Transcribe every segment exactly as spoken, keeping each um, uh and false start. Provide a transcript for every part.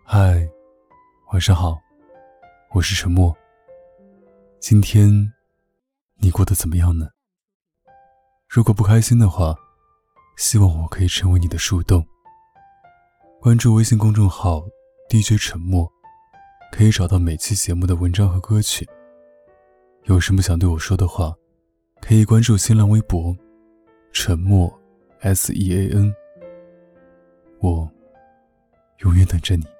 嗨，晚上好，我是沉默。今天你过得怎么样呢？如果不开心的话，希望我可以成为你的树洞。关注微信公众号 D J 沉默，可以找到每期节目的文章和歌曲。有什么想对我说的话，可以关注新浪微博沉默 S E A N， 我永远等着你。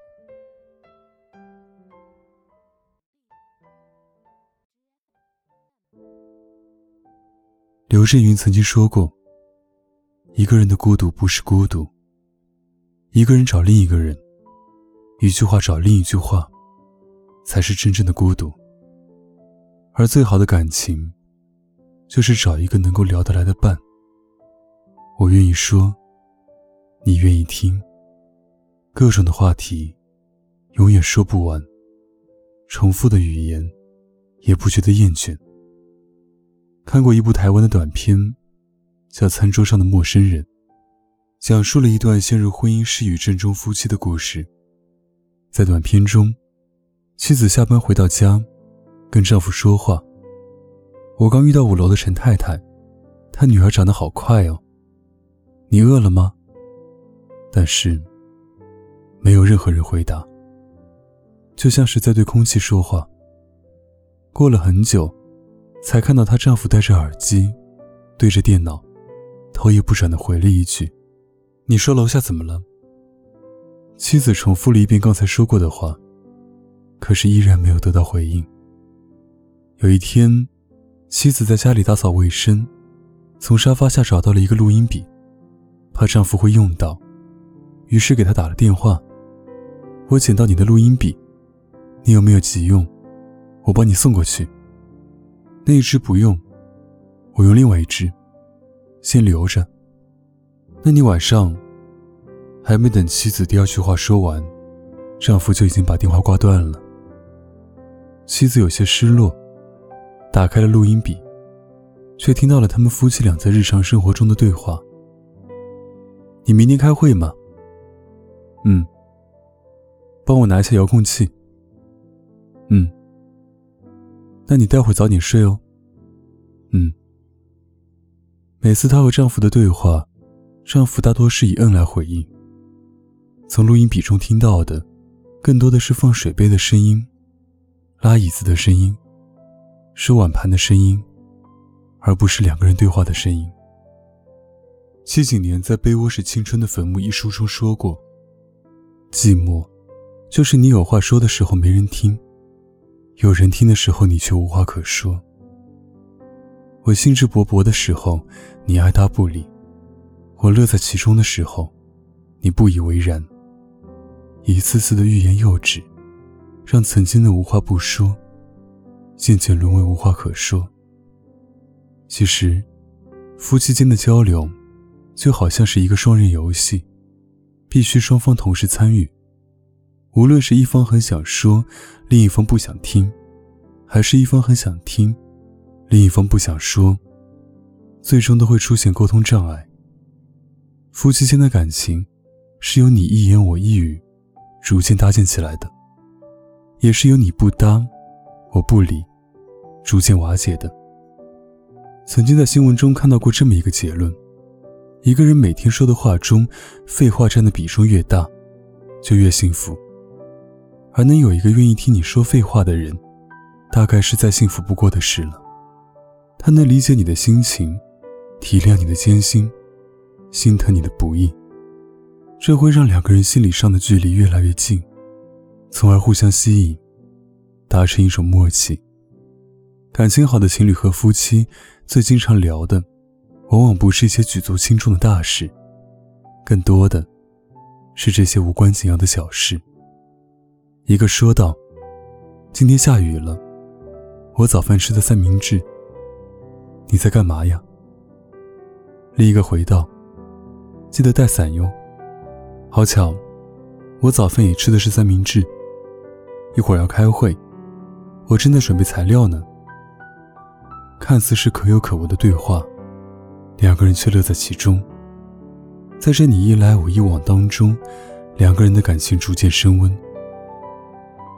刘震云曾经说过，一个人的孤独不是孤独，一个人找另一个人，一句话找另一句话，才是真正的孤独。而最好的感情，就是找一个能够聊得来的伴。我愿意说，你愿意听，各种的话题永远说不完，重复的语言也不觉得厌倦。看过一部台湾的短片，叫《餐桌上的陌生人》，讲述了一段陷入婚姻失语症中夫妻的故事。在短片中，妻子下班回到家，跟丈夫说话：我刚遇到五楼的陈太太，她女儿长得好快哦，你饿了吗？但是没有任何人回答，就像是在对空气说话。过了很久，才看到她丈夫戴着耳机，对着电脑，头也不转地回了一句：你说楼下怎么了？妻子重复了一遍刚才说过的话，可是依然没有得到回应。有一天，妻子在家里打扫卫生，从沙发下找到了一个录音笔，怕丈夫会用到，于是给他打了电话：我捡到你的录音笔，你有没有急用？我帮你送过去。那一只不用，我用另外一只，先留着。那你晚上……还没等妻子第二句话说完，丈夫就已经把电话挂断了。妻子有些失落，打开了录音笔，却听到了他们夫妻俩在日常生活中的对话。你明天开会吗？嗯。帮我拿一下遥控器。嗯。那你待会早点睡哦。嗯。每次她和丈夫的对话，丈夫大多是以嗯来回应。从录音笔中听到的，更多的是放水杯的声音，拉椅子的声音，收碗盘的声音，而不是两个人对话的声音。戚景年在《被窝是青春的坟墓》一书中说过，寂寞就是你有话说的时候没人听，有人听的时候你却无话可说。我兴致勃勃的时候，你爱答不理；我乐在其中的时候，你不以为然。一次次的欲言又止，让曾经的无话不说渐渐沦为无话可说。其实夫妻间的交流就好像是一个双人游戏，必须双方同时参与。无论是一方很想说，另一方不想听，还是一方很想听，另一方不想说，最终都会出现沟通障碍。夫妻间的感情是由你一言我一语逐渐搭建起来的，也是由你不搭我不理逐渐瓦解的。曾经在新闻中看到过这么一个结论：一个人每天说的话中废话占的比重越大，就越幸福。而能有一个愿意听你说废话的人，大概是再幸福不过的事了。他能理解你的心情，体谅你的艰辛，心疼你的不易，这会让两个人心理上的距离越来越近，从而互相吸引，达成一种默契。感情好的情侣和夫妻最经常聊的往往不是一些举足轻重的大事，更多的是这些无关紧要的小事。一个说道：今天下雨了，我早饭吃的三明治，你在干嘛呀？另一个回道：记得带伞哟。好巧，我早饭也吃的是三明治，一会儿要开会，我正在准备材料呢。看似是可有可无的对话，两个人却乐在其中。在这你一来我一往当中，两个人的感情逐渐升温，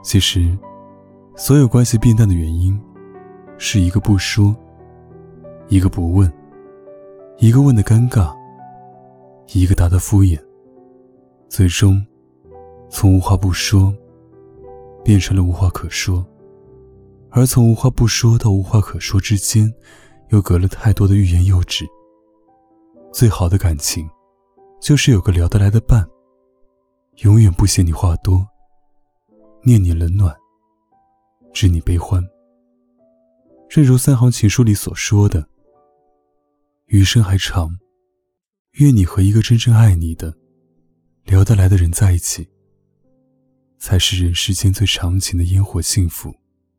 其实所有关系变淡的原因是一个不说，一个不问，一个问的尴尬，一个答的敷衍，最终从无话不说变成了无话可说，而从无话不说到无话可说之间又隔了太多的欲言又止。最好的感情就是有个聊得来的伴，永远不嫌你话多，念你冷暖，知你悲欢。正如三行情书里所说的，余生还长，愿你和一个真正爱你的聊得来的人在一起，才是人世间最长情的烟火幸福。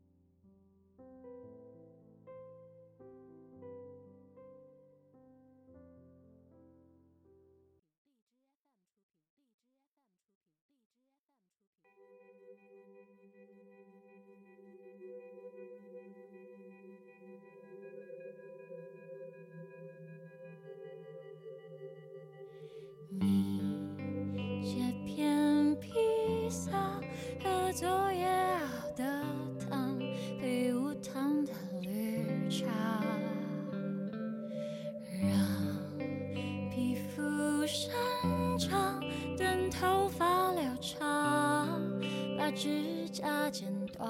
你切片披萨和昨夜熬的汤，配无糖的绿茶，让皮肤生长，等头发留长，把指甲剪断，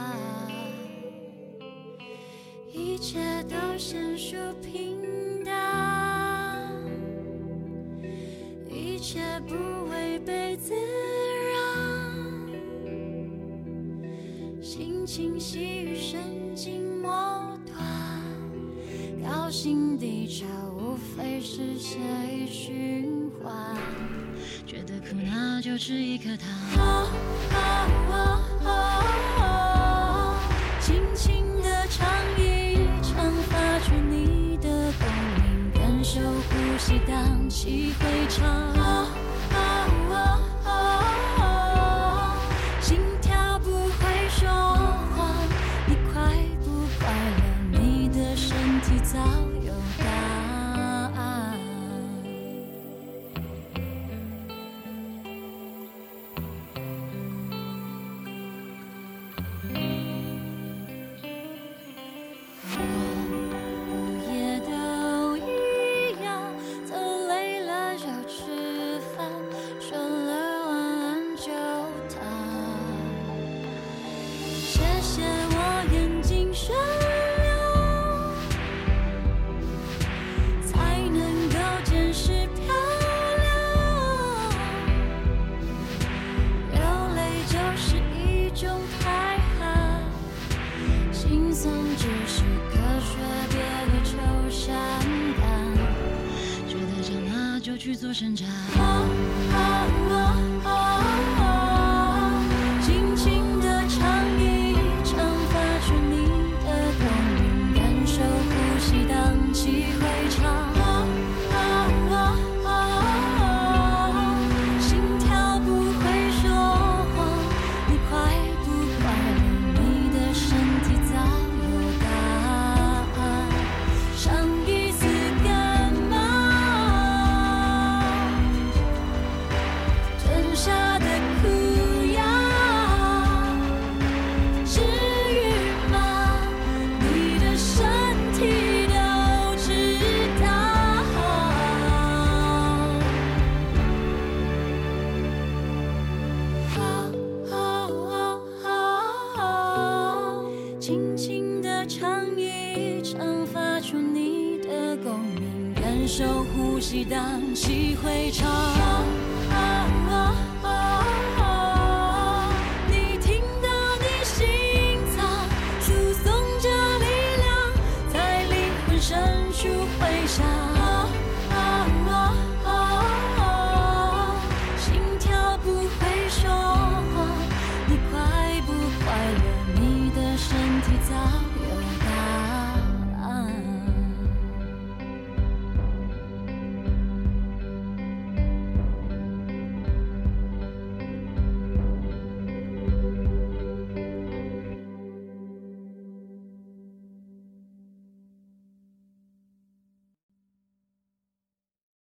一切都先说平淡，一切不违背自然，心情细雨神经末端，高兴低潮无非是血液循环，觉得苦那就吃一颗糖，哦哦哦哦，轻轻地唱一唱，发出你的共鸣，感受呼吸荡气回肠，哦哦哦哦，心跳不会说谎，你快不快乐，你的身体早有答案。只是科学，别对抽象感，觉得长大就去做生产，哦哦哦哦，轻轻地唱一唱，发出你的共鸣，感受呼吸荡气回肠，哦哦哦，心跳不会说谎，你快不快乐，你的身体早轻轻地唱一唱，发出你的共鸣，感受呼吸荡气回肠。